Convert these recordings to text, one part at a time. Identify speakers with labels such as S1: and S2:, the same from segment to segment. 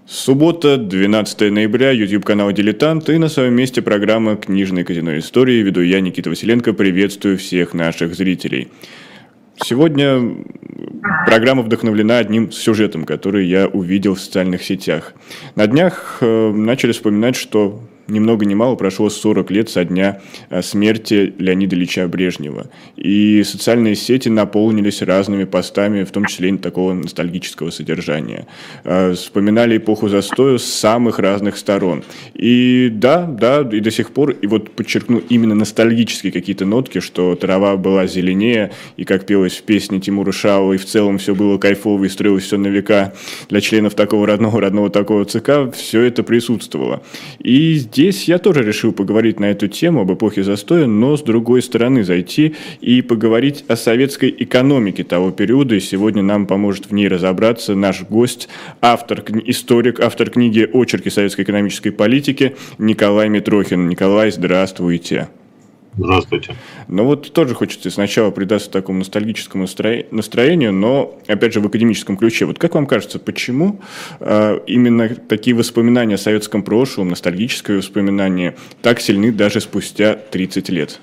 S1: Суббота, 12 ноября, YouTube-канал «Дилетант» и на своем месте программа «Книжное казино истории». Веду я, Никита Василенко, приветствую всех наших зрителей. Сегодня программа вдохновлена одним сюжетом, который я увидел в социальных сетях. На днях начали вспоминать, что ни много ни мало прошло 40 лет со дня смерти Леонида Ильича Брежнева. И социальные сети наполнились разными постами, в том числе и такого ностальгического содержания. Вспоминали эпоху застоя с самых разных сторон. И да, и до сих пор, и вот подчеркну именно ностальгические какие-то нотки, что трава была зеленее, и как пелось в песне Тимура Шаова, и в целом все было кайфово, и строилось все на века для членов такого родного такого ЦК, все это присутствовало. И здесь я тоже решил поговорить на эту тему, об эпохе застоя, но с другой стороны зайти и поговорить о советской экономике того периода. И сегодня нам поможет в ней разобраться наш гость, историк, автор книги «Очерки советской экономической политики» Николай Митрохин. Николай, здравствуйте.
S2: Здравствуйте.
S1: Ну вот тоже хочется сначала предаться такому ностальгическому настроению, но, опять же, в академическом ключе. Вот как вам кажется, почему именно такие воспоминания о советском прошлом, ностальгические воспоминания, так сильны даже спустя 30 лет?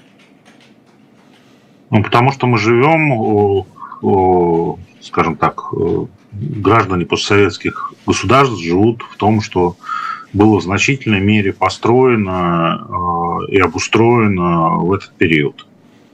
S2: Ну, потому что мы живем, скажем так, граждане постсоветских государств живут в том, что было в значительной мере построено и обустроено в этот период.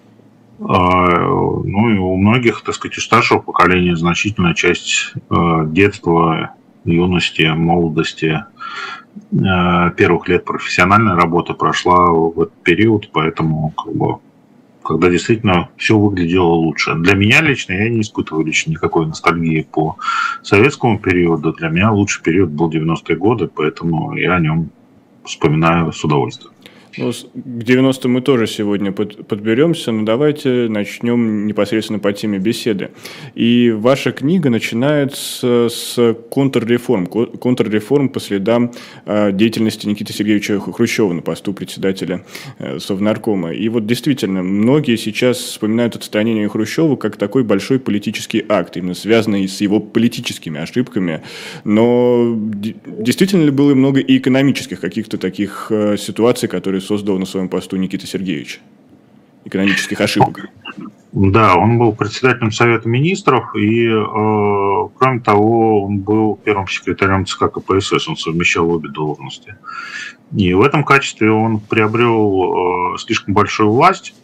S2: Ну и у многих, так сказать, у старшего поколения значительная часть детства, юности, молодости, первых лет профессиональной работы прошла в этот период, поэтому когда действительно все выглядело лучше. Для меня лично, я не испытываю лично никакой ностальгии по советскому периоду. Для меня лучший период был 90-е годы, поэтому я о нем вспоминаю с удовольствием.
S1: Ну, к 90-м мы тоже сегодня подберемся, но давайте начнем непосредственно по теме беседы. И ваша книга начинается с контрреформ по следам деятельности Никиты Сергеевича Хрущева на посту председателя Совнаркома. И вот действительно, многие сейчас вспоминают отстранение Хрущева как такой большой политический акт, именно связанный с его политическими ошибками. Но действительно ли было много и экономических каких-то таких ситуаций, которые создал на своем посту Никита Сергеевич? Экономических ошибок.
S2: Да, он был председателем Совета Министров, и, кроме того, он был первым секретарем ЦК КПСС, он совмещал обе должности. И в этом качестве он приобрел слишком большую власть.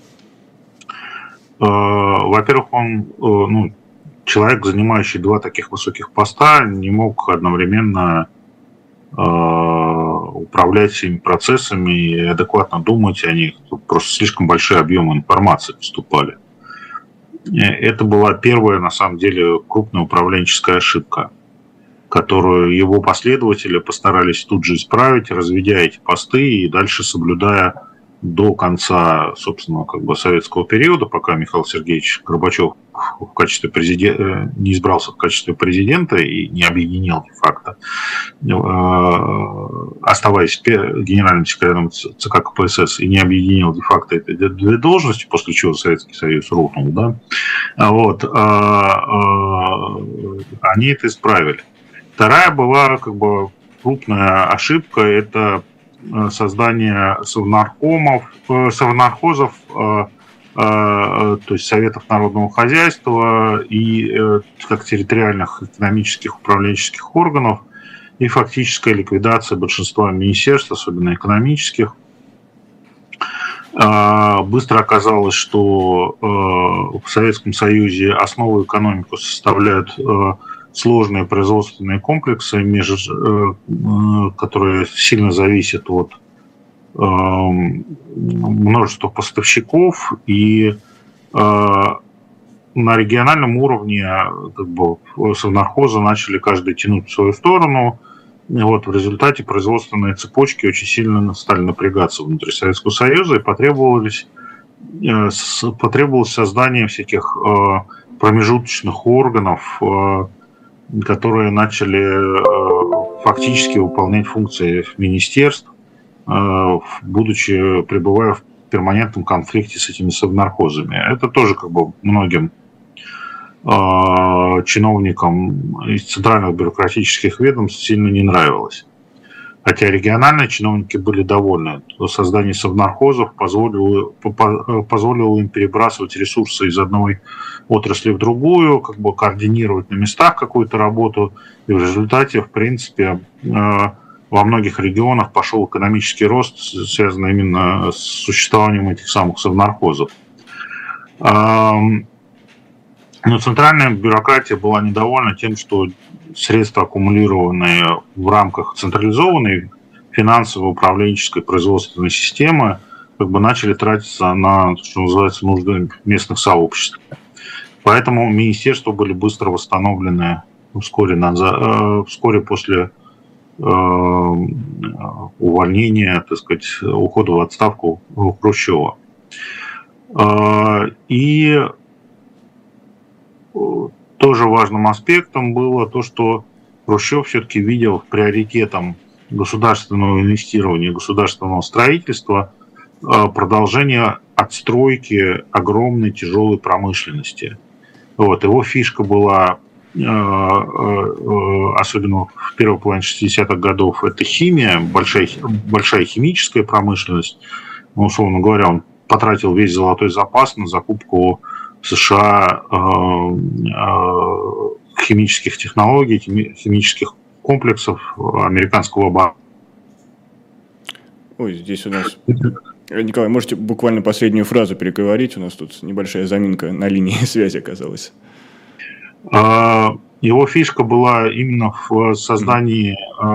S2: Во-первых, он, человек, занимающий два таких высоких поста, не мог одновременно управлять всеми процессами и адекватно думать о них. Тут просто слишком большие объемы информации поступали. Это была первая, на самом деле, крупная управленческая ошибка, которую его последователи постарались тут же исправить, разведя эти посты и дальше соблюдая до конца, собственно, советского периода, пока Михаил Сергеевич Горбачев в качестве не избрался в качестве президента и не объединил де-факто, оставаясь генеральным секретарем ЦК КПСС и не объединил де-факто эти две должности, после чего Советский Союз рухнул, да, они это исправили. Вторая была крупная ошибка, это создание совнархозов, то есть Советов народного хозяйства и как территориальных экономических управленческих органов, и фактическая ликвидация большинства министерств, особенно экономических. Быстро оказалось, что в Советском Союзе основу экономики составляют сложные производственные комплексы, которые сильно зависят от множества поставщиков, и на региональном уровне совнархозы начали каждый тянуть в свою сторону. В результате производственные цепочки очень сильно стали напрягаться внутри Советского Союза, и потребовалось создание всяких промежуточных органов, которые начали фактически выполнять функции министерств, пребывая в перманентном конфликте с этими совнархозами. Это тоже многим чиновникам из центральных бюрократических ведомств сильно не нравилось. Хотя региональные чиновники были довольны. Создание совнархозов позволило им перебрасывать ресурсы из одной отрасли в другую, как бы координировать на местах какую-то работу. И в результате, в принципе, во многих регионах пошел экономический рост, связанный именно с существованием этих самых совнархозов. Но центральная бюрократия была недовольна тем, что средства, аккумулированные в рамках централизованной финансово-управленческой производственной системы, как бы начали тратиться на, что называется, нужды местных сообществ. Поэтому министерства были быстро восстановлены вскоре после увольнения, так сказать, ухода в отставку Хрущева. И тоже важным аспектом было то, что Хрущев все-таки видел приоритетом государственного инвестирования, государственного строительства продолжение отстройки огромной тяжелой промышленности. Вот. Его фишка была, особенно в первой половине 60-х годов, это химия, большая химическая промышленность. Ну, условно говоря, он потратил весь золотой запас на закупку в США химических технологий, химических комплексов американского оборота.
S1: Ой, здесь у нас... Николай, можете буквально последнюю фразу переговорить? У нас тут небольшая заминка на линии связи оказалась.
S2: Его фишка была именно в создании...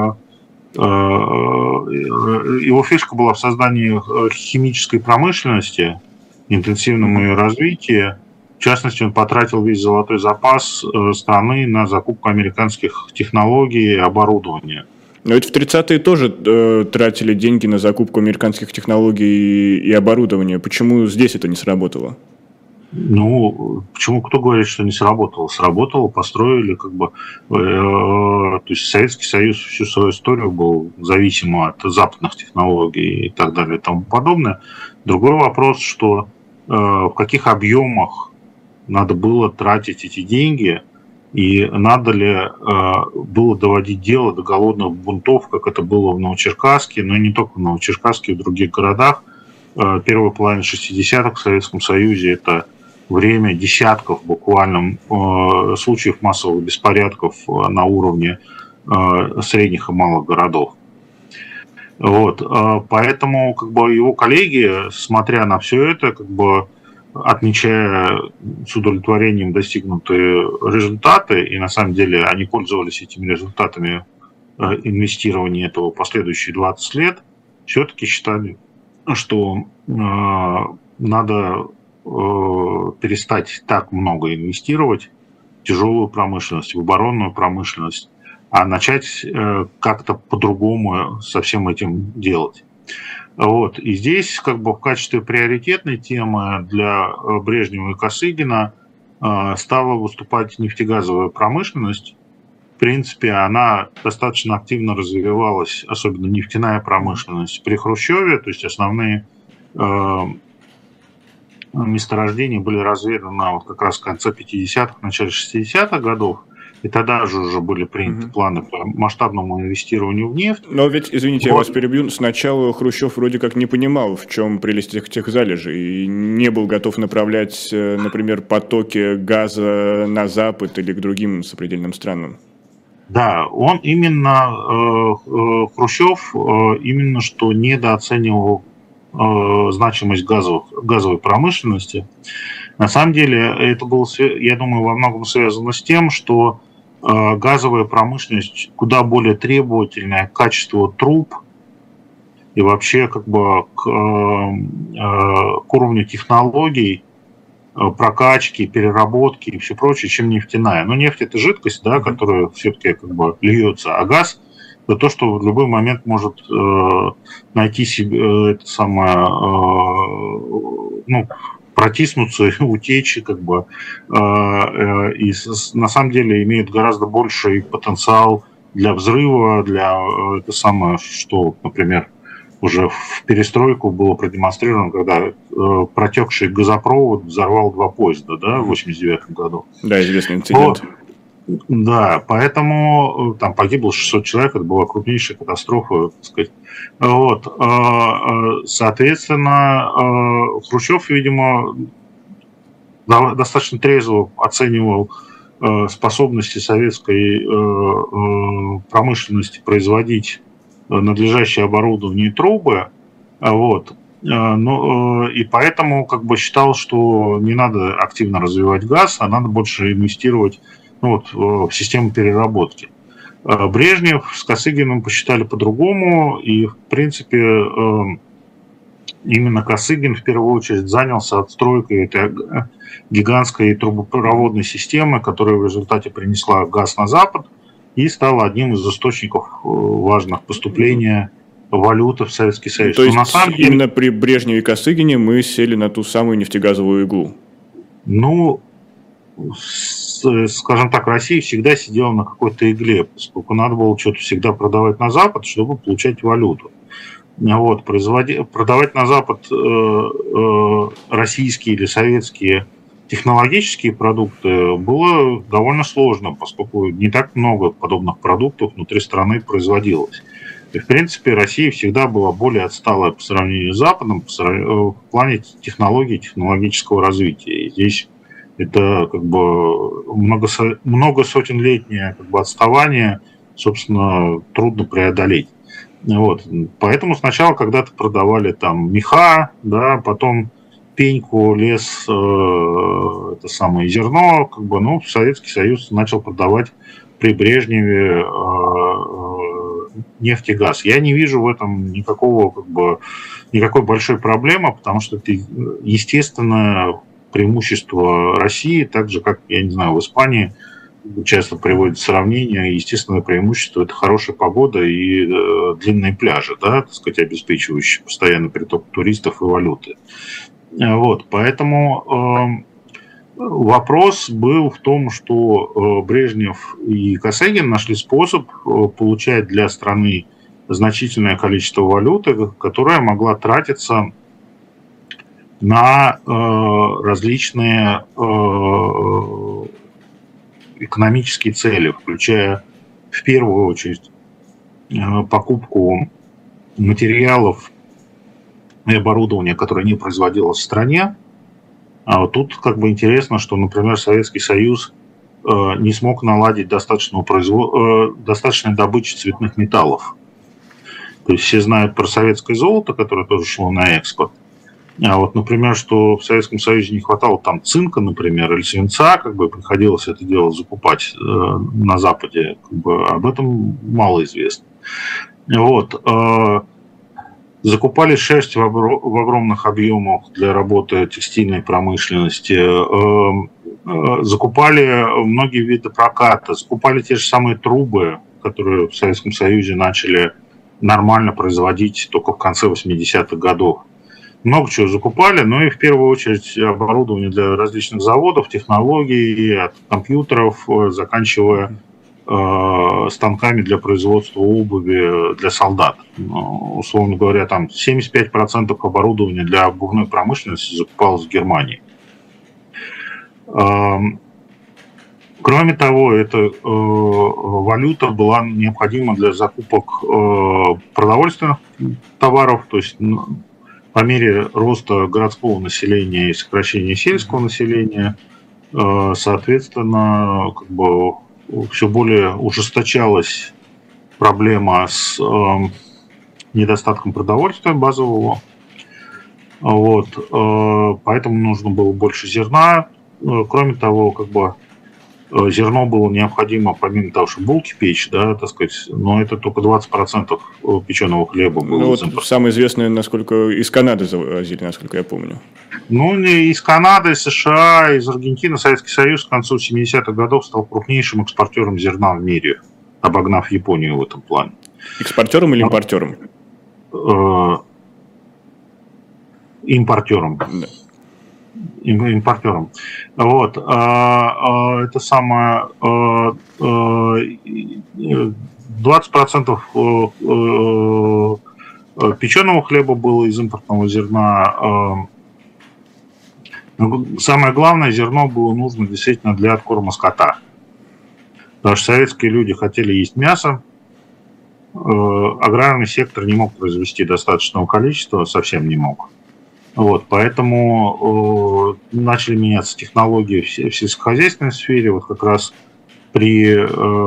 S2: Его фишка была в создании химической промышленности, интенсивном ее развитии. В частности, он потратил весь золотой запас страны на закупку американских технологий и оборудования.
S1: Но ведь в 30-е тоже тратили деньги на закупку американских технологий и оборудования. Почему здесь это не сработало?
S2: Ну, почему кто говорит, что не сработало? Сработало, построили, как бы... то есть Советский Союз всю свою историю был зависим от западных технологий и так далее и тому подобное. Другой вопрос, что в каких объемах надо было тратить эти деньги, и надо ли было доводить дело до голодных бунтов, как это было в Новочеркасске, но и не только в Новочеркасске, и в других городах. Первая половина 60-х в Советском Союзе – это время десятков буквально случаев массовых беспорядков на уровне средних и малых городов. Вот. Поэтому как бы, его коллеги, смотря на все это, как бы, отмечая с удовлетворением достигнутые результаты, и на самом деле они пользовались этими результатами инвестирования этого последующие 20 лет, все-таки считали, что надо перестать так много инвестировать в тяжелую промышленность, в оборонную промышленность, а начать как-то по-другому со всем этим делать. Вот. И здесь как бы в качестве приоритетной темы для Брежнева и Косыгина стала выступать нефтегазовая промышленность. В принципе, она достаточно активно развивалась, особенно нефтяная промышленность при Хрущеве, то есть основные месторождения были разведаны вот как раз в конце 50-х, начале 60-х годов. И тогда же уже были приняты планы по масштабному инвестированию в нефть.
S1: Но ведь, извините, я вас перебью, сначала Хрущев вроде как не понимал, в чем прелесть этих залежей, и не был готов направлять, например, потоки газа на Запад или к другим сопредельным странам.
S2: Да, он именно, Хрущев именно что недооценивал значимость газовой промышленности. На самом деле это было, я думаю, во многом связано с тем, что газовая промышленность куда более требовательная к качеству труб и вообще как бы к уровню технологий прокачки, переработки и все прочее, чем нефтяная. Но нефть – это жидкость, да, которая все-таки как бы льется, а газ – это то, что в любой момент может найти себе это самое, протиснуться, утечь, как бы, и на самом деле имеет гораздо больший потенциал для взрыва, для это самое, что, например, уже в перестройку было продемонстрировано, когда протекший газопровод взорвал 2 поезда, да, в 1989 году.
S1: Да, известный инцидент.
S2: Вот. Да, поэтому там погибло 600 человек, это была крупнейшая катастрофа, так сказать. Вот. Соответственно, Хрущев, видимо, достаточно трезво оценивал способности советской промышленности производить надлежащее оборудование и трубы, вот. И поэтому как бы считал, что не надо активно развивать газ, а надо больше инвестировать в систему переработки. Брежнев с Косыгиным посчитали по-другому, и, в принципе, именно Косыгин в первую очередь занялся отстройкой этой гигантской трубопроводной системы, которая в результате принесла газ на Запад и стала одним из источников важных поступления валюты в Советский Союз.
S1: То есть на самом деле, именно при Брежневе и Косыгине мы сели на ту самую нефтегазовую иглу? Ну,
S2: скажем так, Россия всегда сидела на какой-то игле, поскольку надо было что-то всегда продавать на Запад, чтобы получать валюту. Вот, продавать на Запад российские или советские технологические продукты было довольно сложно, поскольку не так много подобных продуктов внутри страны производилось. И, в принципе, Россия всегда была более отсталая по сравнению с Западом в плане технологий, технологического развития. И здесь это как бы многосотенлетнее как бы отставание, собственно, трудно преодолеть. Вот. Поэтому сначала когда-то продавали там меха, да, потом пеньку, лес, это самое зерно, как бы, Советский Союз начал продавать при Брежневе нефть и газ. Я не вижу в этом никакой большой проблемы, потому что это естественное преимущество России, так же, как, я не знаю, в Испании часто приводят сравнения, естественное преимущество – это хорошая погода и длинные пляжи, да, так сказать, обеспечивающие постоянный приток туристов и валюты. Вот, поэтому вопрос был в том, что Брежнев и Косыгин нашли способ получать для страны значительное количество валюты, которая могла тратиться на различные экономические цели, включая в первую очередь покупку материалов и оборудования, которое не производилось в стране. А вот тут как бы интересно, что, например, Советский Союз не смог наладить достаточной добычи цветных металлов. То есть все знают про советское золото, которое тоже шло на экспорт. А вот, например, что в Советском Союзе не хватало там цинка, например, или свинца, как бы приходилось это дело закупать на Западе, как бы об этом мало известно. Вот. Закупали шерсть в огромных объемах для работы текстильной промышленности, закупали многие виды проката, закупали те же самые трубы, которые в Советском Союзе начали нормально производить только в конце 80-х годов. Много чего закупали, но и в первую очередь оборудование для различных заводов, технологий, от компьютеров, заканчивая станками для производства обуви для солдат. Условно говоря, там 75% оборудования для обувной промышленности закупалось в Германии. Кроме того, эта валюта была необходима для закупок продовольственных товаров, то есть по мере роста городского населения и сокращения сельского населения, соответственно, как бы все более ужесточалась проблема с недостатком продовольствия базового. Вот. Поэтому нужно было больше зерна. Кроме того, как бы зерно было необходимо, помимо того, что булки печь, да, так сказать, но это только 20% печеного хлеба было.
S1: Вот самое известное, насколько из Канады завозили, насколько я помню.
S2: Из Канады, из США, из Аргентины Советский Союз к концу 70-х годов стал крупнейшим экспортером зерна в мире, обогнав Японию в этом плане.
S1: Экспортером или импортером?
S2: Импортером. Да. Импортером. Вот. Это самое 20% Печеного хлеба было из импортного зерна. Самое главное, зерно было нужно действительно для откорма скота. Потому что советские люди хотели есть мясо, аграрный сектор не мог произвести достаточного количества, совсем не мог. Вот, поэтому начали меняться технологии в сельскохозяйственной сфере. Вот как раз при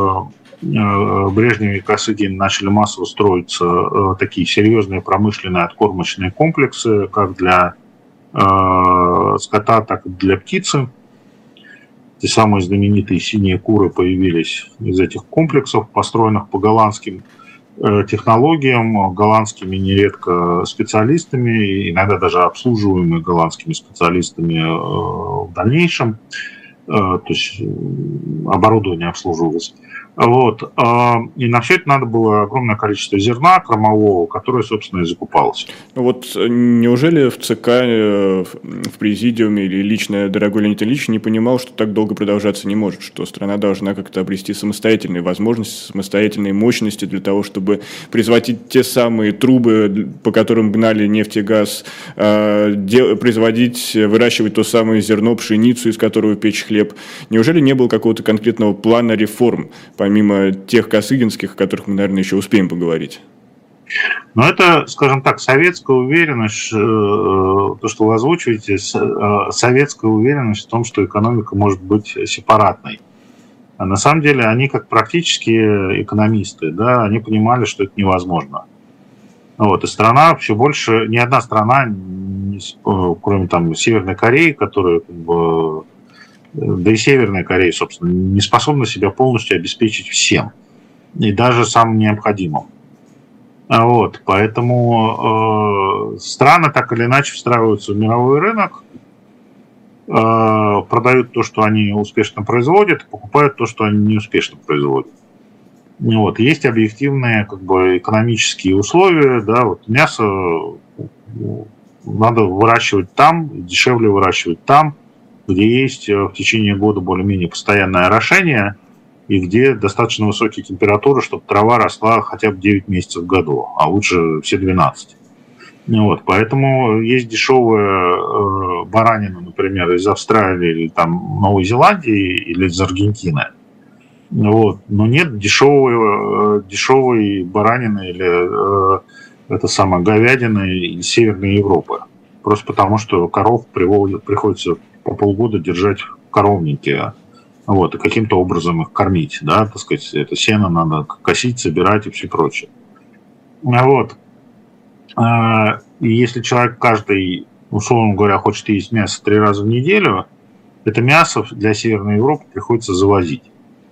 S2: Брежневе и Косыгине начали массово строиться такие серьезные промышленные откормочные комплексы, как для скота, так и для птицы. Те самые знаменитые синие куры появились из этих комплексов, построенных по голландским технологиям, голландскими нередко специалистами, иногда даже обслуживаемыми голландскими специалистами в дальнейшем. То есть оборудование обслуживалось. Вот. И на все это надо было огромное количество зерна кормового, которое, собственно, и закупалось.
S1: Вот неужели в ЦК, в президиуме или лично дорогой Леонид Ильич не понимал, что так долго продолжаться не может, что страна должна как-то обрести самостоятельные возможности, самостоятельные мощности для того, чтобы производить те самые трубы, по которым гнали нефть и газ, производить, выращивать то самое зерно, пшеницу, из которого печь хлеб? Неужели не было какого-то конкретного плана реформ, помимо тех косыгинских, о которых мы, наверное, еще успеем поговорить?
S2: Но это, скажем так, советская уверенность, то, что вы озвучиваете, советская уверенность в том, что экономика может быть сепаратной. А на самом деле они, как практические экономисты, да, они понимали, что это невозможно. Вот, и страна все больше, ни одна страна, кроме там Северной Кореи, которая как бы, да и Северная Корея, собственно, не способна себя полностью обеспечить всем, и даже самым необходимым. Вот, поэтому страны так или иначе встраиваются в мировой рынок, продают то, что они успешно производят, покупают то, что они неуспешно производят. Вот, есть объективные как бы, экономические условия, да, вот мясо надо выращивать там, дешевле выращивать там, где есть в течение года более-менее постоянное орошение и где достаточно высокие температуры, чтобы трава росла хотя бы 9 месяцев в году, а лучше все 12. Вот, поэтому есть дешевая баранина, например, из Австралии или там, Новой Зеландии или из Аргентины. Вот, но нет дешевой баранины или это самое говядины из Северной Европы. Просто потому, что коров приходится по полгода держать в коровнике, вот, и каким-то образом их кормить, да, так сказать, это сено надо косить, собирать и все прочее. Вот. И если человек каждый, условно говоря, хочет есть мясо 3 раза в неделю, это мясо для Северной Европы приходится завозить.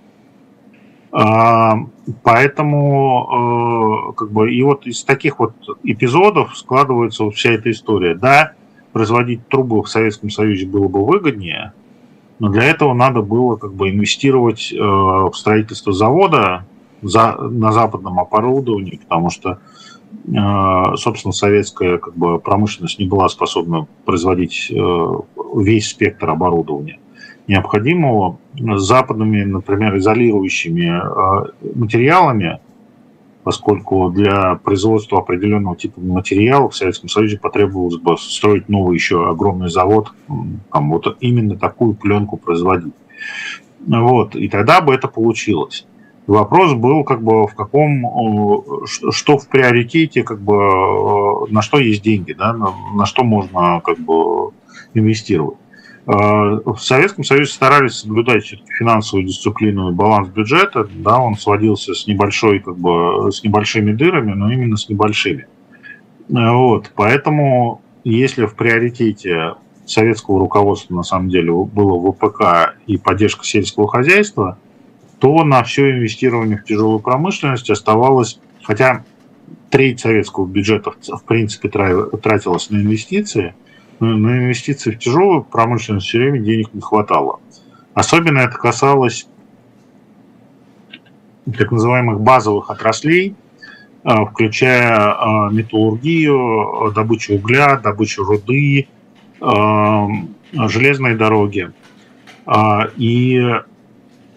S2: Поэтому, как бы, и вот из таких вот эпизодов складывается вот вся эта история. Да, производить трубы в Советском Союзе было бы выгоднее, но для этого надо было как бы инвестировать в строительство завода на западном оборудовании, потому что, собственно, советская как бы, промышленность не была способна производить весь спектр оборудования необходимого с западными, например, изолирующими материалами, поскольку для производства определенного типа материала в Советском Союзе потребовалось бы строить новый еще огромный завод, там, вот именно такую пленку производить. Вот, и тогда бы это получилось. И вопрос был, как бы, в каком, что в приоритете, как бы, на что есть деньги, да, на что можно как бы инвестировать. В Советском Союзе старались соблюдать все-таки финансовую дисциплину и баланс бюджета, да, он сводился с небольшой, как бы, с небольшими дырами, но именно с небольшими. Вот, поэтому, если в приоритете советского руководства на самом деле было ВПК и поддержка сельского хозяйства, то на все инвестирование в тяжелую промышленность оставалось, хотя треть советского бюджета в принципе тратилась на инвестиции, но на инвестиции в тяжелую промышленность все время денег не хватало. Особенно это касалось так называемых базовых отраслей, включая металлургию, добычу угля, добычу руды, железные дороги. И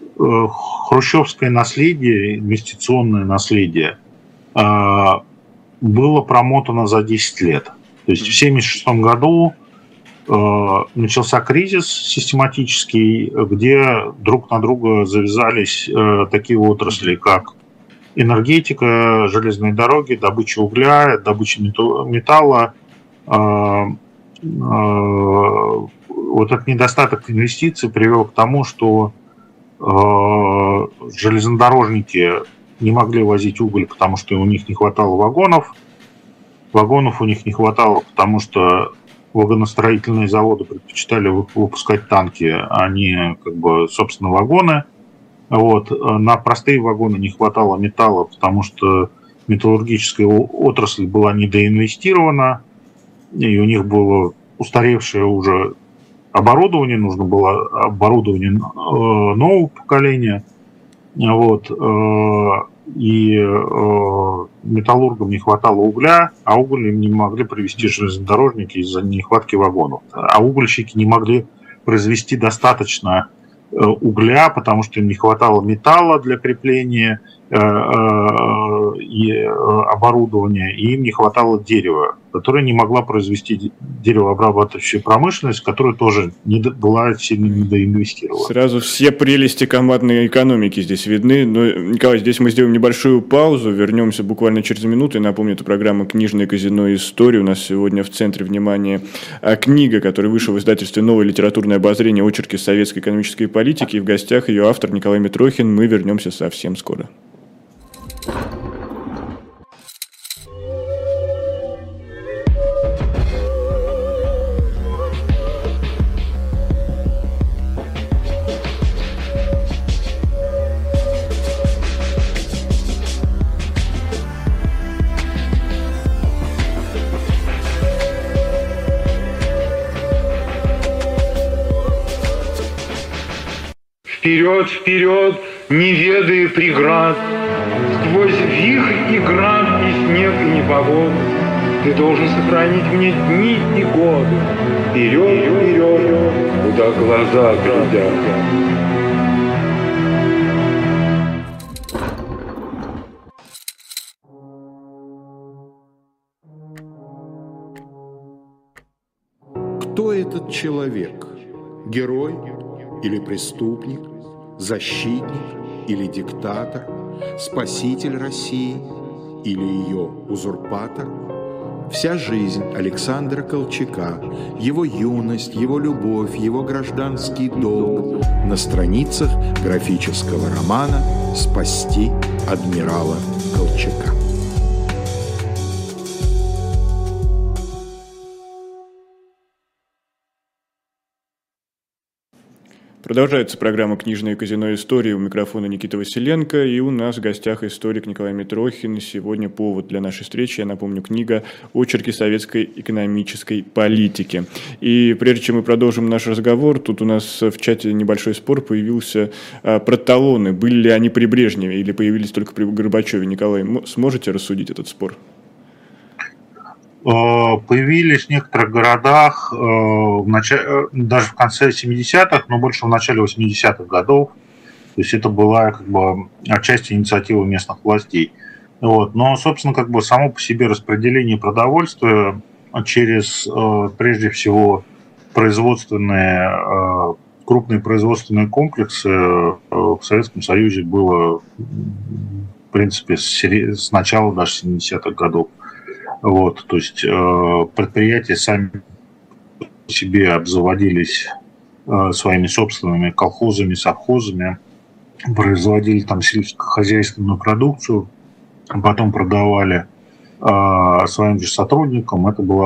S2: хрущевское наследие, инвестиционное наследие, было промотано за 10 лет. То есть в 1976 году начался кризис систематический, где друг на друга завязались такие отрасли, как энергетика, железные дороги, добыча угля, добыча металла. Вот этот недостаток инвестиций привел к тому, что железнодорожники не могли возить уголь, потому что у них не хватало вагонов. Вагонов у них не хватало, потому что вагоностроительные заводы предпочитали выпускать танки, а не собственно, вагоны. Вот. На простые вагоны не хватало металла, потому что металлургическая отрасль была недоинвестирована, и у них было устаревшее уже оборудование, нужно было оборудование нового поколения. Вот. И металлургам не хватало угля, а уголь им не могли привезти железнодорожники из-за нехватки вагонов. А угольщики не могли произвести достаточно угля, потому что им не хватало металла для крепления и оборудования, и им не хватало дерева, которое не могла произвести деревообрабатывающая промышленность, которая тоже была сильно недоинвестирована.
S1: Сразу все прелести командной экономики здесь видны. Но, Николай, здесь мы сделаем небольшую паузу, вернемся буквально через минуту. И напомню, это программа «Книжное казино. История». У нас сегодня в центре внимания книга, которая вышла в издательстве «Новое литературное обозрение. Очерки советской экономической политики». И в гостях ее автор Николай Митрохин. Мы вернемся совсем скоро.
S3: Вперед, вперед, не ведая преград, сквозь вихрь и град, и снег, и непогоду, ты должен сохранить мне дни и годы. Вперед, вперед, куда глаза глядят.
S4: Кто этот человек? Герой или преступник? Защитник или диктатор? Спаситель России или ее узурпатор? Вся жизнь Александра Колчака, его юность, его любовь, его гражданский долг на страницах графического романа «Спасти адмирала Колчака».
S1: Продолжается программа «Книжное казино. Истории». У микрофона Никита Василенко, и у нас в гостях историк Николай Митрохин. Сегодня повод для нашей встречи, я напомню, книга «Очерки советской экономической политики». И прежде чем мы продолжим наш разговор, тут у нас в чате небольшой спор появился про талоны. Были ли они при Брежневе или появились только при Горбачеве? Николай, сможете рассудить этот спор?
S2: Появились в некоторых городах даже в конце 70-х, но больше в начале 80-х годов. То есть это была отчасти инициатива местных властей. Вот. Но, собственно, само по себе распределение продовольствия через, прежде всего, крупные производственные комплексы в Советском Союзе было, в принципе, с начала даже 70-х годов. Вот, то есть предприятия сами по себе обзаводились своими собственными колхозами, совхозами, производили там сельскохозяйственную продукцию, потом продавали своим же сотрудникам. Это был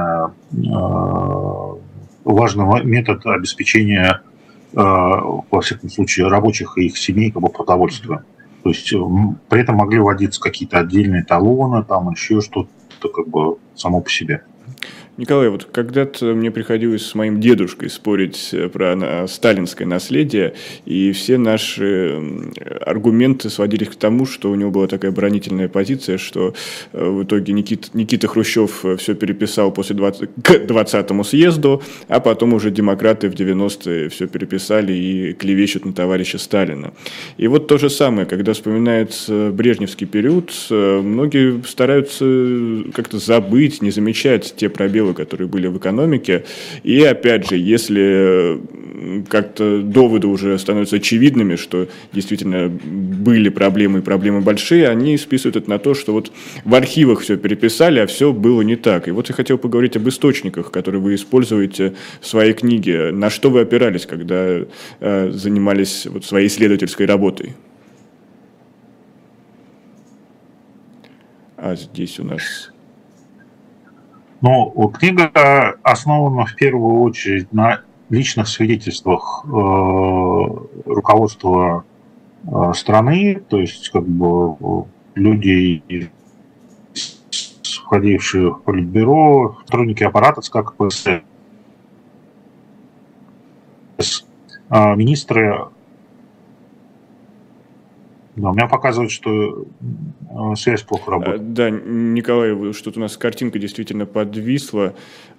S2: важный метод обеспечения, во всяком случае, рабочих и их семей продовольствием. То есть при этом могли вводиться какие-то отдельные талоны, там еще что-то само по себе.
S1: Николай, вот когда-то мне приходилось с моим дедушкой спорить про сталинское наследие, и все наши аргументы сводились к тому, что у него была такая оборонительная позиция, что в итоге Никита Хрущев все переписал к 20-му съезду, а потом уже демократы в 90-е все переписали и клевещут на товарища Сталина. И вот то же самое, когда вспоминается брежневский период, многие стараются как-то забыть, не замечать те пробелы, которые были в экономике. И опять же, если как-то доводы уже становятся очевидными, что действительно были проблемы и проблемы большие, они списывают это на то, что вот в архивах все переписали, а все было не так. И вот я хотел поговорить об источниках, которые вы используете в своей книге. На что вы опирались, когда занимались вот своей исследовательской работой? А здесь у нас...
S2: Ну, книга основана в первую очередь на личных свидетельствах руководства страны, то есть как бы людей, входившие в Политбюро, сотрудники аппарата ЦК КПСС, министры. Да, у меня показывает, что связь плохо работает.
S1: Да, Николай, что-то у нас картинка действительно подвисла.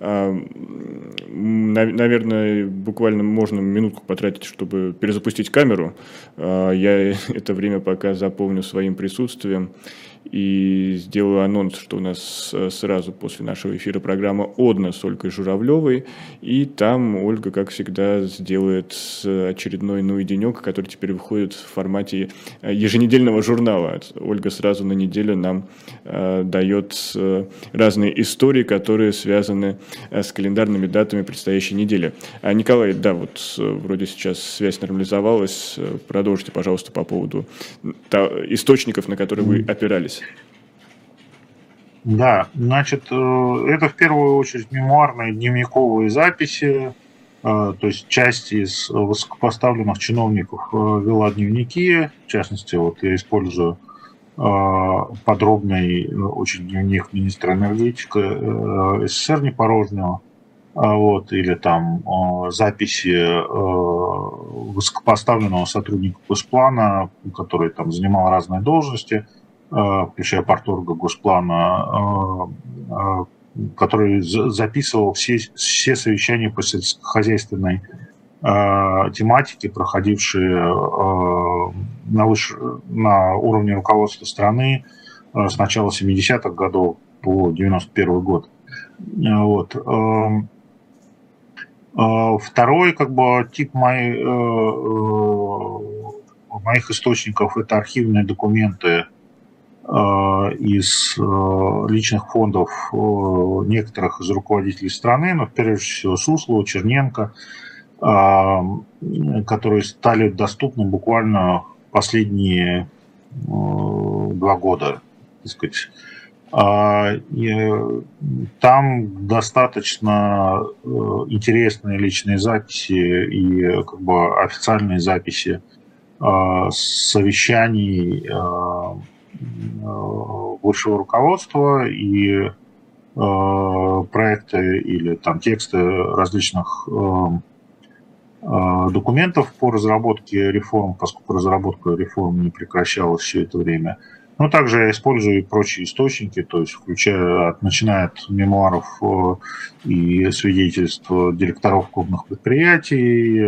S1: Наверное, буквально можно минутку потратить, чтобы перезапустить камеру. Я это время пока заполню своим присутствием и сделаю анонс, что у нас сразу после нашего эфира программа «Одна» с Ольгой Журавлевой. И там Ольга, как всегда, сделает очередной «Ну и денек», который теперь выходит в формате еженедельного журнала. Ольга сразу на неделю нам дает разные истории, которые связаны с календарными датами предстоящей недели. Николай, да, вот вроде сейчас связь нормализовалась. Продолжите, пожалуйста, по поводу источников, на которые вы опирались.
S2: Да, значит, это в первую очередь мемуарные дневниковые записи, то есть часть из высокопоставленных чиновников вела дневники, в частности, вот я использую подробный очень дневник министра энергетики СССР Непорожнего, вот, или там записи высокопоставленного сотрудника Госплана, который там занимал разные должности, включая парторга Госплана, который записывал все совещания по сельскохозяйственной тематике, проходившие на уровне руководства страны с начала 70-х годов по 91 год. Вот. Второй как бы тип моих источников – это архивные документы из личных фондов некоторых из руководителей страны, но прежде всего Суслова, Черненко, которые стали доступны буквально последние 2 года, так сказать. Там достаточно интересные личные записи и как бы официальные записи совещаний высшего руководства и проекты или там тексты различных документов по разработке реформ, поскольку разработка реформ не прекращалась все это время. Но также я использую и прочие источники, то есть начиная от мемуаров и свидетельств директоров крупных предприятий,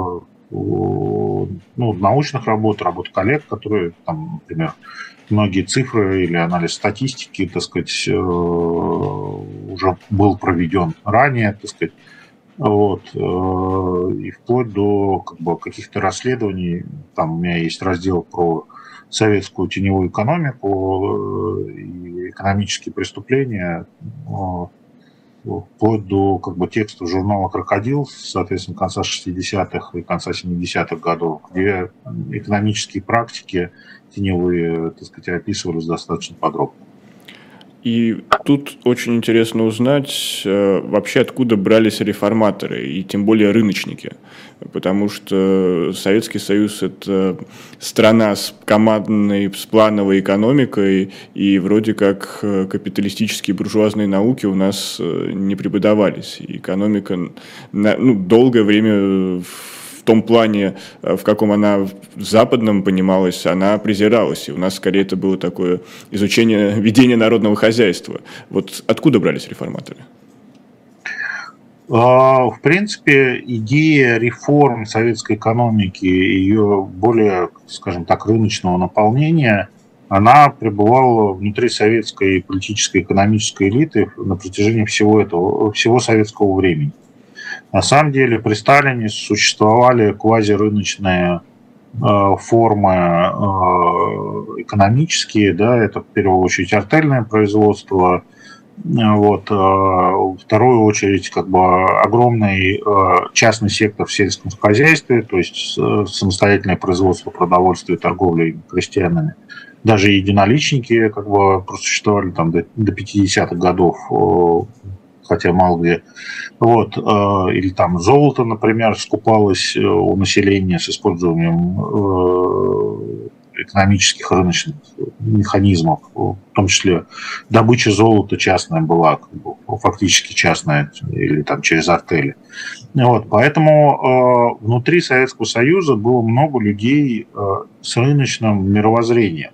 S2: научных работ коллег, которые, там, например, многие цифры или анализ статистики, так сказать, уже был проведен ранее, так сказать, вот, и вплоть до как бы каких-то расследований. Там у меня есть раздел про советскую теневую экономику и экономические преступления, вплоть до как бы текстов журнала «Крокодил», соответственно, конца 60-х и конца 70-х годов, где экономические практики теневые, так сказать, описывались достаточно подробно.
S1: И тут очень интересно узнать вообще, откуда брались реформаторы, и тем более рыночники. Потому что Советский Союз – это страна с командной, с плановой экономикой, и вроде как капиталистические буржуазные науки у нас не преподавались. И экономика долгое время в том плане, в каком она в западном понималась, она презиралась. И у нас скорее это было такое изучение ведения народного хозяйства. Вот откуда брались реформаторы?
S2: В принципе, идея реформ советской экономики, ее более, скажем так, рыночного наполнения, она пребывала внутри советской политической и экономической элиты на протяжении всего советского времени. На самом деле при Сталине существовали квазирыночные формы экономические, да, это в первую очередь артельное производство, вот, в вторую очередь как бы огромный частный сектор в сельском хозяйстве, то есть самостоятельное производство продовольствия и торговля крестьянами. Даже единоличники как бы просуществовали там до 50-х годов, хотя мало где. Вот. Или там золото, например, скупалось у населения с использованием экономических рыночных механизмов, в том числе добыча золота частная была, фактически частная, или там через артели. Вот. Поэтому внутри Советского Союза было много людей с рыночным мировоззрением.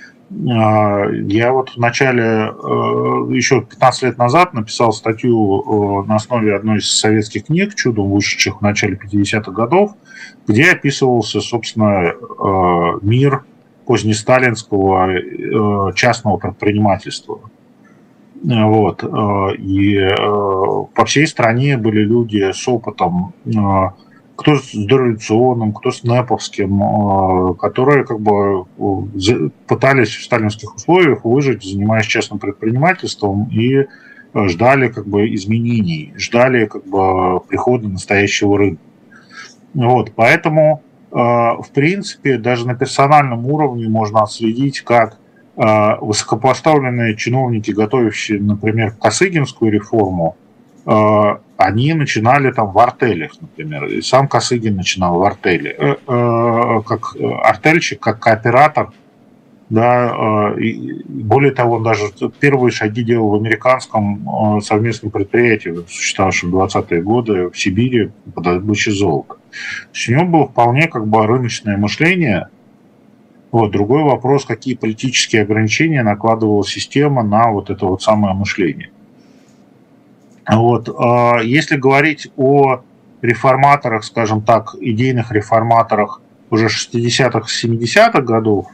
S2: Я вот в начале, еще 15 лет назад написал статью на основе одной из советских книг, чудом вышедших в начале 50-х годов, где описывался, собственно, мир позднесталинского частного предпринимательства. Вот. И по всей стране были люди с опытом, кто с дореволюционным, кто с нэповским, которые как бы пытались в сталинских условиях выжить, занимаясь частным предпринимательством, и ждали как бы изменений, ждали как бы прихода настоящего рынка. Вот, поэтому, в принципе, даже на персональном уровне можно отследить, как высокопоставленные чиновники, готовящие, например, Косыгинскую реформу, они начинали там в артелях, например. И сам Косыгин начинал в артели. Как артельщик, как кооператор. Да, и более того, он даже первые шаги делал в американском совместном предприятии, существовавшем в 20-е годы в Сибири по добыче золота. То есть у него было вполне как бы рыночное мышление. Вот. Другой вопрос, какие политические ограничения накладывала система на вот это вот самое мышление. Вот. Если говорить о реформаторах, скажем так, идейных реформаторах уже 60-х, 70-х годов,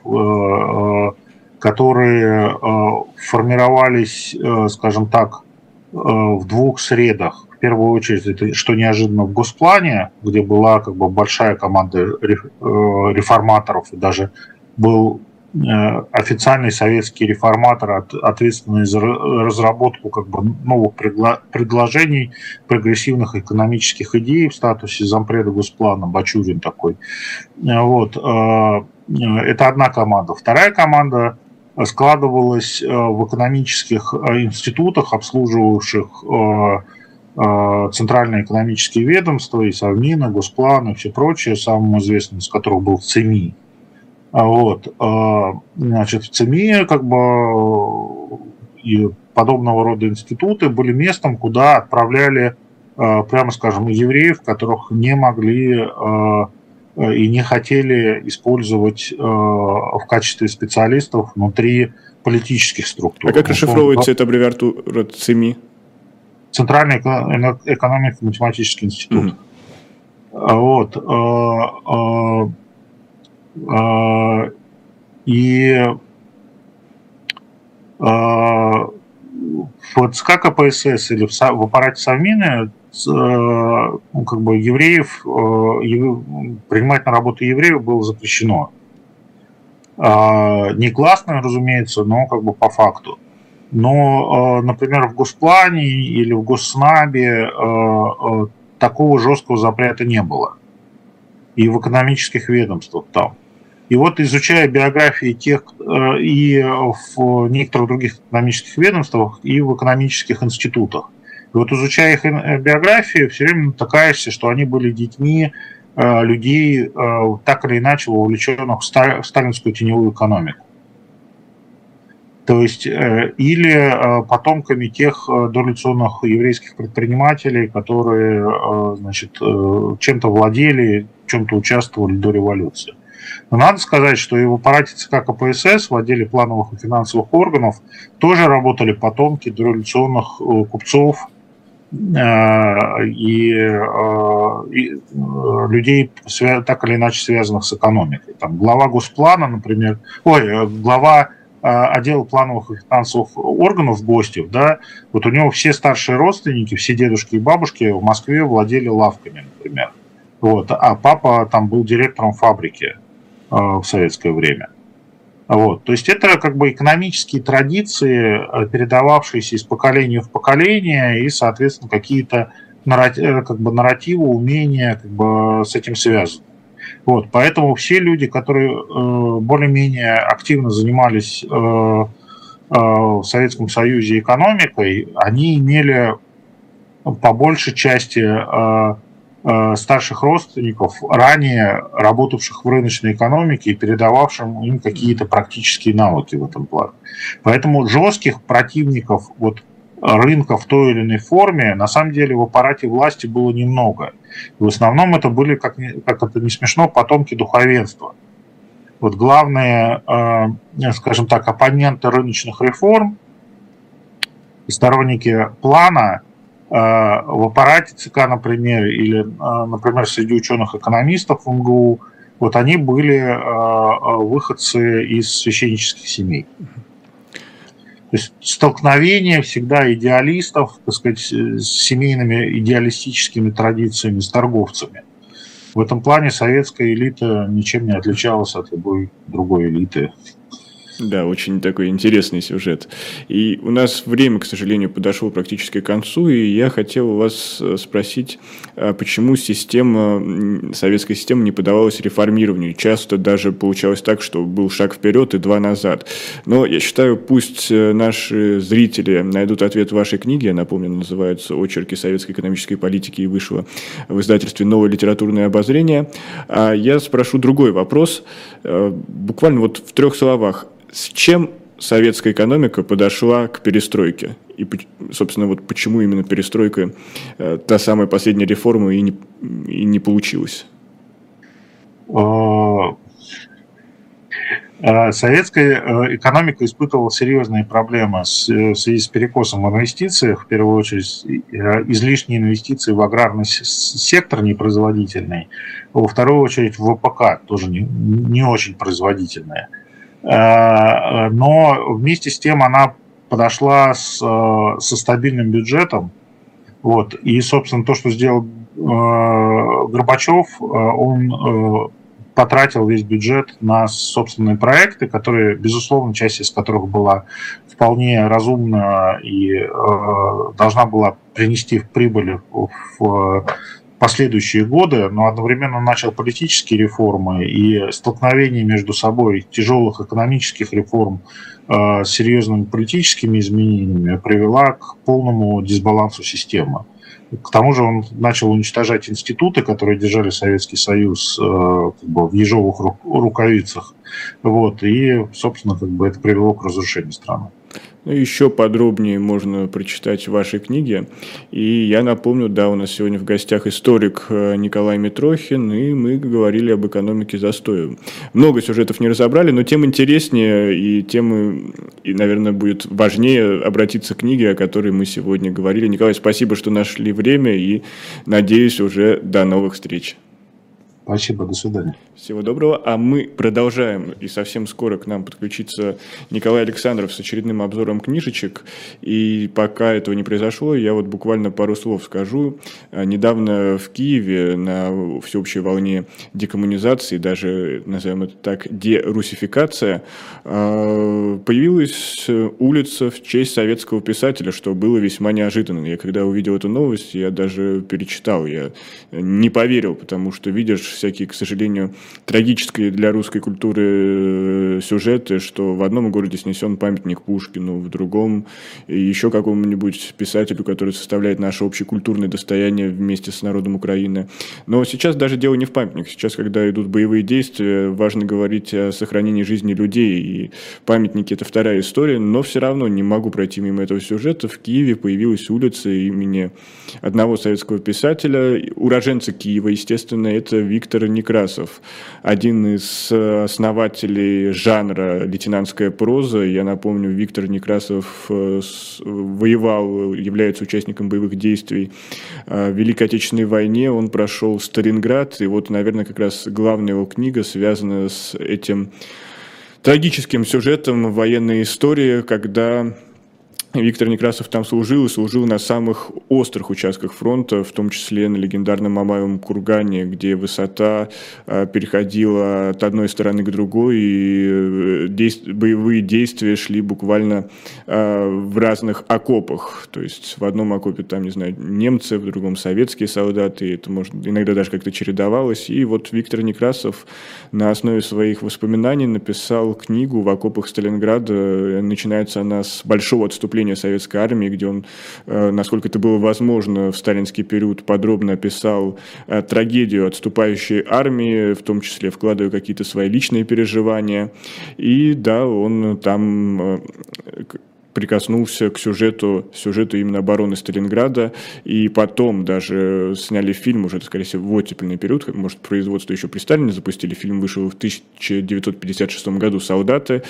S2: которые формировались, скажем так, в двух средах. В первую очередь, это, что неожиданно, в Госплане, где была как бы большая команда реформаторов, и даже был официальный советский реформатор, ответственный за разработку как бы новых предложений, прогрессивных экономических идей в статусе зампреда Госплана, Бачурин такой. Вот. Это одна команда. Вторая команда складывалась в экономических институтах, обслуживавших центральные экономические ведомства, и Совмин, и Госплан, и все прочее, самым известным из которых был ЦМИ. Вот. Значит, в ЦМИ как бы и подобного рода институты были местом, куда отправляли, прямо скажем, евреев, которых не могли и не хотели использовать в качестве специалистов внутри политических структур.
S1: А как расшифровывается эта аббревиатура ЦМИ?
S2: Центральный экономико-математический институт. Вот. И в ЦК КПСС или в аппарате Совмина как бы евреев, принимать на работу евреев было запрещено. Негласно, разумеется, но как бы по факту. Но, например, в Госплане или в Госснабе такого жесткого запрета не было. И в экономических ведомствах там. И вот изучая биографии тех и в некоторых других экономических ведомствах, и в экономических институтах. И вот изучая их биографии, все время натыкаешься, что они были детьми людей, так или иначе вовлеченных в сталинскую теневую экономику. То есть или потомками тех дореволюционных еврейских предпринимателей, которые, значит, чем-то владели, в чем-то участвовали до революции. Но надо сказать, что и в аппарате ЦК КПСС, в отделе плановых и финансовых органов, тоже работали потомки дореволюционных купцов и людей, так или иначе связанных с экономикой. Там глава Госплана, например, глава отдела плановых и финансовых органов Гостев, да, вот у него все старшие родственники, все дедушки и бабушки в Москве владели лавками, например. Вот, а папа там был директором фабрики в советское время. Вот, то есть это как бы экономические традиции, передававшиеся из поколения в поколение, и, соответственно, какие-то нарративы, умения как бы с этим связаны. Вот, поэтому все люди, которые более-менее активно занимались в Советском Союзе экономикой, они имели по большей части старших родственников, ранее работавших в рыночной экономике и передававшим им какие-то практические навыки в этом плане. Поэтому жестких противников вот рынка в той или иной форме на самом деле в аппарате власти было немного. И в основном это были, как это не смешно, потомки духовенства. Вот главные, скажем так, оппоненты рыночных реформ и сторонники плана в аппарате ЦК, например, или, например, среди ученых-экономистов в МГУ, вот они были выходцы из священнических семей. То есть столкновение всегда идеалистов, так сказать, с семейными идеалистическими традициями, с торговцами. В этом плане советская элита ничем не отличалась от любой другой элиты.
S1: Да, очень такой интересный сюжет. И у нас время, к сожалению, подошло практически к концу, и я хотел у вас спросить, почему советская система не поддавалась реформированию. Часто даже получалось так, что был шаг вперед и два назад. Но я считаю, пусть наши зрители найдут ответ в вашей книге, я напомню, называется «Очерки советской экономической политики» и вышла в издательстве «Новое литературное обозрение». А я спрошу другой вопрос, буквально вот в 3 словах. С чем советская экономика подошла к перестройке? И, собственно, вот почему именно перестройка, та самая последняя реформа, и не получилась?
S2: Советская экономика испытывала серьезные проблемы в связи с перекосом в инвестициях, в первую очередь излишние инвестиции в аграрный сектор непроизводительный, во вторую очередь в ВПК, тоже не очень производительные. Но вместе с тем она подошла со стабильным бюджетом. Вот. И, собственно, то, что сделал Горбачев, он потратил весь бюджет на собственные проекты, которые, безусловно, часть из которых была вполне разумна и должна была принести в прибыль в последующие годы, но одновременно начал политические реформы, и столкновение между собой тяжелых экономических реформ с серьезными политическими изменениями привела к полному дисбалансу системы. К тому же он начал уничтожать институты, которые держали Советский Союз в ежовых рукавицах. Вот, и, собственно, это привело к разрушению страны.
S1: Еще подробнее можно прочитать в вашей книге. И я напомню, да, у нас сегодня в гостях историк Николай Митрохин, и мы говорили об экономике застоя. Много сюжетов не разобрали, но тем интереснее и, наверное, будет важнее обратиться к книге, о которой мы сегодня говорили. Николай, спасибо, что нашли время, и, надеюсь, уже до новых встреч.
S2: Спасибо, до свидания.
S1: Всего доброго. А мы продолжаем, и совсем скоро к нам подключится Николай Александров с очередным обзором книжечек. И пока этого не произошло, я вот буквально пару слов скажу. Недавно в Киеве на всеобщей волне декоммунизации, даже, назовем это так, дерусификация, появилась улица в честь советского писателя, что было весьма неожиданно. Я когда увидел эту новость, я даже перечитал, я не поверил, потому что видишь всякие, к сожалению, трагические для русской культуры сюжеты, что в одном городе снесен памятник Пушкину, в другом еще какому-нибудь писателю, который составляет наше общекультурное достояние вместе с народом Украины. Но сейчас даже дело не в памятниках. Сейчас, когда идут боевые действия, важно говорить о сохранении жизни людей. И памятники – это вторая история, но все равно не могу пройти мимо этого сюжета. В Киеве появилась улица имени одного советского писателя, уроженца Киева, естественно, это Виктор Некрасов, один из основателей жанра лейтенантская проза. Я напомню, Виктор Некрасов воевал, является участником боевых действий в Великой Отечественной войне, он прошел Сталинград, и вот, наверное, как раз главная его книга связана с этим трагическим сюжетом военной истории, когда Виктор Некрасов там служил, и служил на самых острых участках фронта, в том числе на легендарном Мамаевом кургане, где высота переходила от одной стороны к другой, и боевые действия шли буквально в разных окопах. То есть в одном окопе там, не знаю, немцы, в другом советские солдаты, и это может иногда даже как-то чередовалось. И вот Виктор Некрасов на основе своих воспоминаний написал книгу «В окопах Сталинграда». Начинается она с большого отступления советской армии, где он, насколько это было возможно в сталинский период, подробно описал трагедию отступающей армии, в том числе вкладывая какие-то свои личные переживания. И да, он там прикоснулся к сюжету именно обороны Сталинграда, и потом даже сняли фильм, уже, скорее всего, в оттепельный период, может, производство еще при Сталине запустили, фильм вышел в 1956 году «Солдаты»,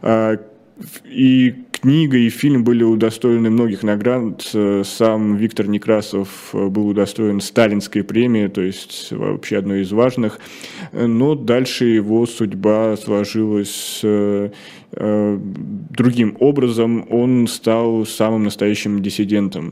S1: и книга и фильм были удостоены многих наград. Сам Виктор Некрасов был удостоен Сталинской премии, то есть вообще одной из важных. Но дальше его судьба сложилась другим образом. Он стал самым настоящим диссидентом.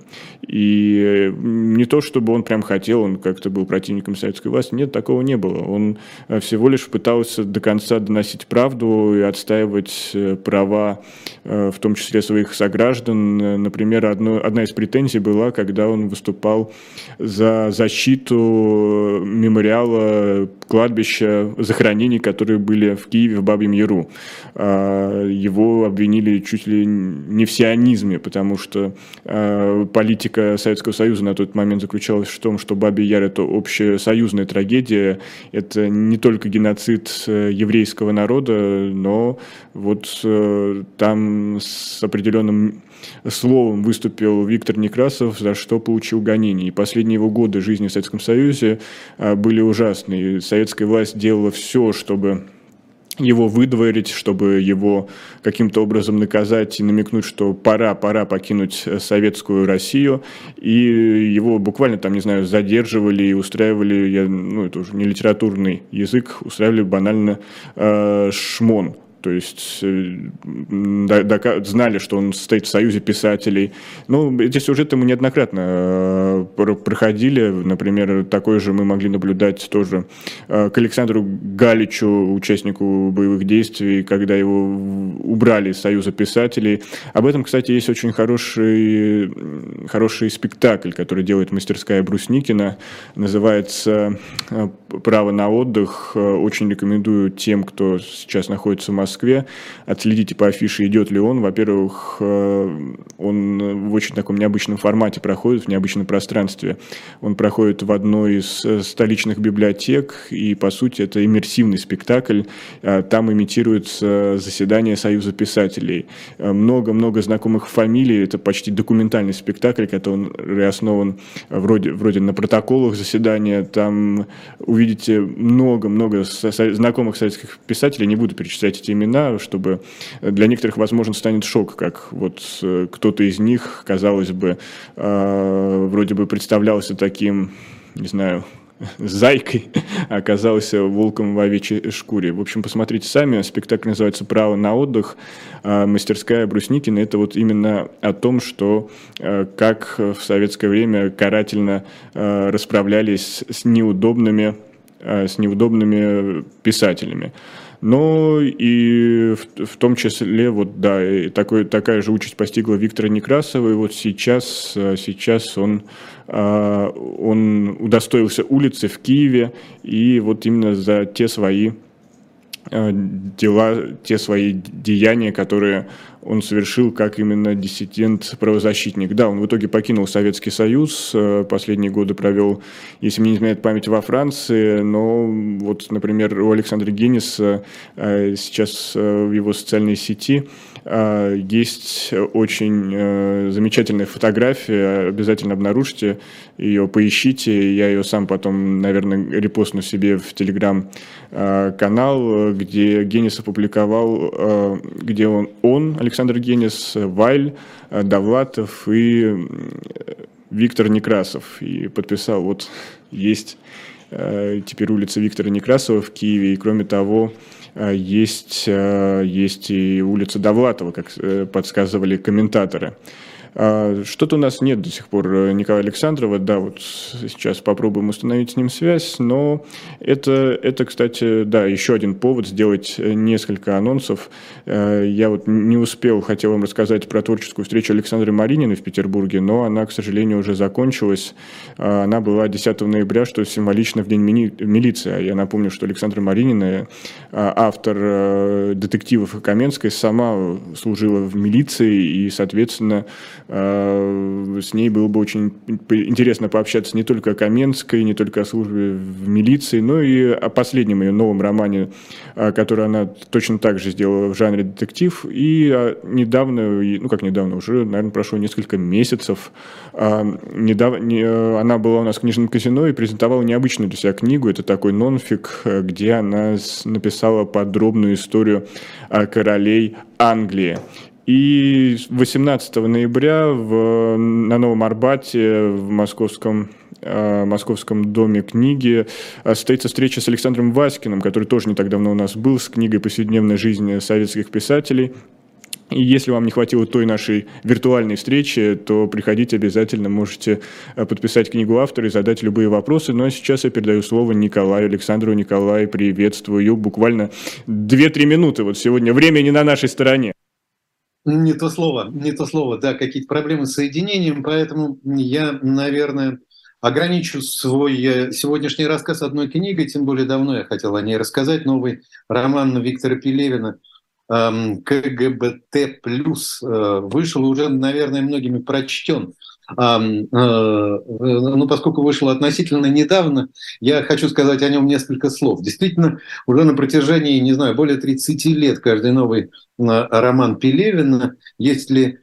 S1: И не то, чтобы он прям хотел, он как-то был противником советской власти. Нет, такого не было. Он всего лишь пытался до конца доносить правду и отстаивать права, в том числе своих сограждан. Например, одна из претензий была, когда он выступал за защиту мемориала, кладбища захоронений, которые были в Киеве, в Бабьем Яру. Его обвинили чуть ли не в сионизме, потому что политика Советского Союза на тот момент заключалась в том, что Бабий Яр – это общесоюзная трагедия, это не только геноцид еврейского народа, но вот там с определенным словом выступил Виктор Некрасов, за что получил гонение. И последние его годы жизни в Советском Союзе были ужасные. Советская власть делала все, чтобы его выдворить, чтобы его каким-то образом наказать и намекнуть, что пора покинуть советскую Россию. И его буквально там, не знаю, задерживали и устраивали, это уже не литературный язык, устраивали банально шмон. То есть знали, что он состоит в союзе писателей. Эти сюжеты мы неоднократно проходили. Например, такой же мы могли наблюдать тоже к Александру Галичу, участнику боевых действий, когда его убрали из союза писателей. Об этом, кстати, есть очень хороший спектакль, который делает мастерская Брусникина. Называется «Право на отдых». Очень рекомендую тем, кто сейчас находится в Москве, отследите по афише, идет ли он. Во-первых, он в очень таком необычном формате проходит, в необычном пространстве. Он проходит в одной из столичных библиотек, и, по сути, это иммерсивный спектакль. Там имитируется заседание Союза писателей. Много-много знакомых фамилий. Это почти документальный спектакль, который основан вроде на протоколах заседания. Там увидите много-много знакомых советских писателей. Не буду перечислять эти имена, чтобы для некоторых, возможно, станет шок, как вот кто-то из них, казалось бы, вроде бы представлялся таким, не знаю, зайкой, а оказался волком в овечьей шкуре. В общем, посмотрите сами. Спектакль называется «Право на отдых». Мастерская Брусникина – это вот именно о том, что как в советское время карательно расправлялись с неудобными писателями. но и в том числе, вот, да, и такая же участь постигла Виктора Некрасова, и вот сейчас он удостоился улицы в Киеве, и вот именно за те свои дела, те свои деяния, которые он совершил как именно диссидент-правозащитник. Да, он в итоге покинул Советский Союз, последние годы провел, если мне не изменяет память, во Франции, но вот, например, у Александра Генниса сейчас в его социальной сети есть очень замечательная фотография, обязательно обнаружьте ее, поищите, я ее сам потом, наверное, репостну себе в Телеграм-канал, где Геннис опубликовал, где он, Александр Геннис, Вайль, Довлатов и Виктор Некрасов. И подписал, вот есть теперь улица Виктора Некрасова в Киеве, и кроме того, есть и улица Довлатова, как подсказывали комментаторы. Что-то у нас нет до сих пор Николая Александрова, да, вот сейчас попробуем установить с ним связь, но это, кстати, да, еще один повод сделать несколько анонсов. Я вот не успел, хотел вам рассказать про творческую встречу Александры Марининой в Петербурге, но она, к сожалению, уже закончилась. Она была 10 ноября, что символично в День милиции. Я напомню, что Александра Маринина, автор детективов Каменской, сама служила в милиции, и, соответственно, с ней было бы очень интересно пообщаться не только о Каменской, не только о службе в милиции, но и о последнем ее новом романе, который она точно так же сделала в жанре детектив. И недавно, уже, наверное, прошло несколько месяцев, она была у нас в книжном казино и презентовала необычную для себя книгу. Это такой нонфик, где она написала подробную историю королей Англии. И 18 ноября на Новом Арбате в Московском доме книги состоится встреча с Александром Васькиным, который тоже не так давно у нас был, с книгой «Повседневная жизнь советских писателей». И если вам не хватило той нашей виртуальной встречи, то приходите обязательно, можете подписать книгу автора и задать любые вопросы. Ну а сейчас я передаю слово Николаю Александру. Николай, приветствую. Буквально 2-3 минуты. Вот сегодня время не на нашей стороне.
S5: Не то слово, да, какие-то проблемы с соединением, поэтому я, наверное, ограничу свой сегодняшний рассказ одной книгой, тем более давно я хотел о ней рассказать. Новый роман Виктора Пелевина «КГБТ+» вышел уже, наверное, многими прочтен. Поскольку вышел относительно недавно, я хочу сказать о нем несколько слов. Действительно, уже на протяжении, не знаю, более 30 лет каждый новый роман Пелевина, если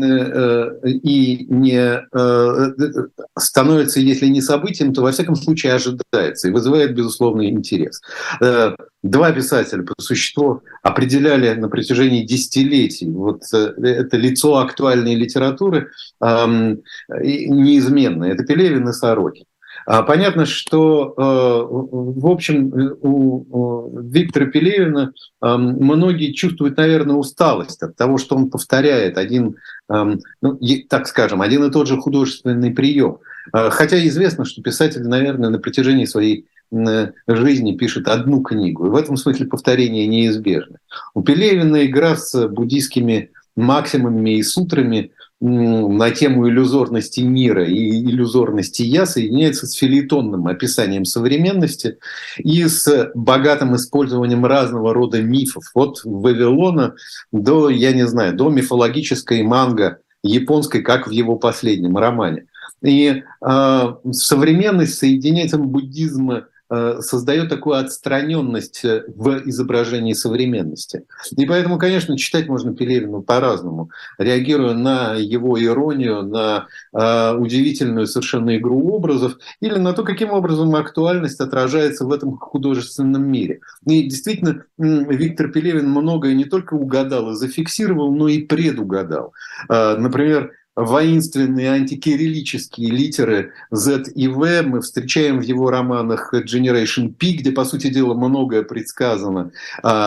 S5: и не становится, если не событием, то во всяком случае ожидается и вызывает безусловный интерес. Два писателя по существу определяли на протяжении десятилетий вот это лицо актуальной литературы неизменно. Это Пелевин и Сорокин. Понятно, что, в общем, у Виктора Пелевина многие чувствуют, наверное, усталость от того, что он повторяет один и тот же художественный прием. Хотя известно, что писатель, наверное, на протяжении своей жизни пишет одну книгу, и в этом смысле повторение неизбежно. У Пелевина игра с буддийскими максимумами и сутрами на тему иллюзорности мира и иллюзорности «я» соединяется с фельетонным описанием современности и с богатым использованием разного рода мифов, от Вавилона до, до мифологической манго японской, как в его последнем романе. И современность с соединением буддизма создает такую отстраненность в изображении современности. И поэтому, конечно, читать можно Пелевину по-разному, реагируя на его иронию, на удивительную совершенно игру образов или на то, каким образом актуальность отражается в этом художественном мире. И действительно, Виктор Пелевин многое не только угадал и зафиксировал, но и предугадал. Например, воинственные антикириллические литеры Z и V мы встречаем в его романах Generation P, где, по сути дела, многое предсказано.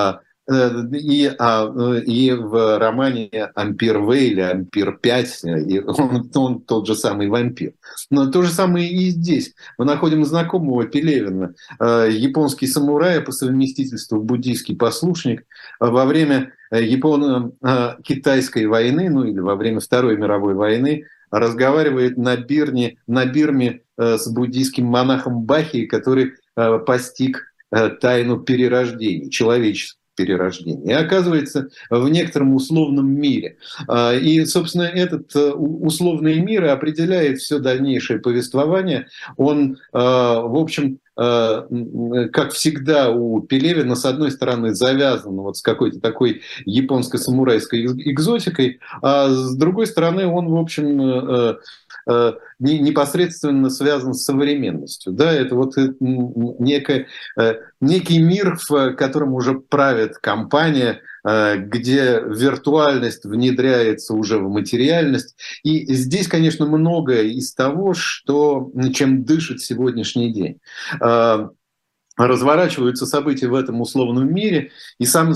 S5: и в романе «Ампир В» или «Ампир-5» он тот же самый вампир. Но то же самое и здесь. Мы находим знакомого Пелевина, японский самурай, по совместительству буддийский послушник, во время Японо-Китайской войны, ну или во время Второй мировой войны, разговаривает на Бирме с буддийским монахом Бахи, который постиг тайну перерождения, человеческого перерождения. И оказывается в некотором условном мире. И, собственно, этот условный мир определяет все дальнейшее повествование. Он, в общем, как всегда у Пелевина, с одной стороны, завязан вот с какой-то такой японско-самурайской экзотикой, а с другой стороны, он, в общем, непосредственно связан с современностью. Да, это вот некий мир, в котором уже правит компания, где виртуальность внедряется уже в материальность. И здесь, конечно, многое из того, чем дышит сегодняшний день. Разворачиваются события в этом условном мире, и сам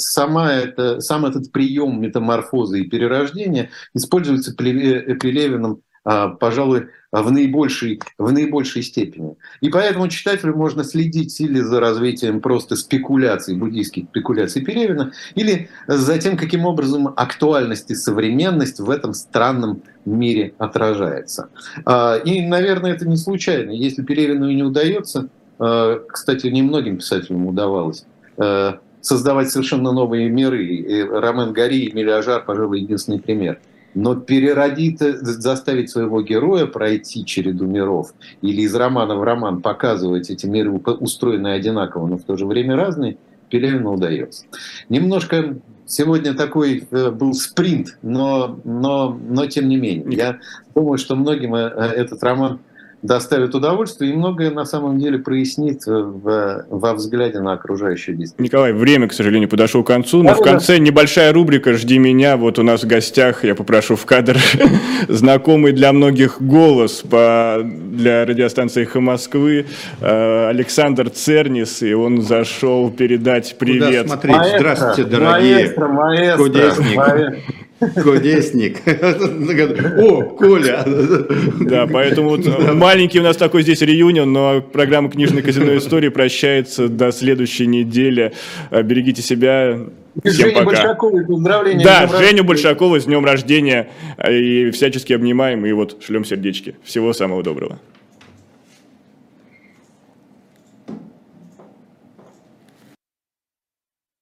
S5: этот прием метаморфозы и перерождения используется Пелевиным, пожалуй, в наибольшей степени. И поэтому читателю можно следить или за развитием просто спекуляций, буддийских спекуляций Пелевина, или за тем, каким образом актуальность и современность в этом странном мире отражается. И, наверное, это не случайно. Если Пелевину и не удается, кстати, немногим писателям удавалось, создавать совершенно новые миры. И Ромен Гори и Эмиль Ажар, пожалуй, единственный пример. Но заставить своего героя пройти череду миров или из романа в роман показывать эти миры, устроенные одинаково, но в то же время разные, Пелевину удается. Немножко сегодня такой был спринт, но тем не менее. Я думаю, что многим этот роман доставит удовольствие и многое на самом деле прояснит во взгляде на окружающую действительность.
S1: Николай, время, к сожалению, подошло к концу, но в конце небольшая рубрика «Жди меня». Вот у нас в гостях, я попрошу в кадр, знакомый для многих голос для радиостанции «Эхо Москвы» Александр Цернис, и он зашел передать привет.
S6: Куда смотреть? Здравствуйте, дорогие. Кудесник. О, Коля.
S1: Да, поэтому вот маленький у нас такой здесь реюнион, но программа «Книжное казино Истории» прощается до следующей недели. Берегите себя. Всем
S5: Женя Большаковой, поздравления.
S1: Да, Женю Большакову с днем рождения. И всячески обнимаем, и вот шлем сердечки. Всего самого доброго.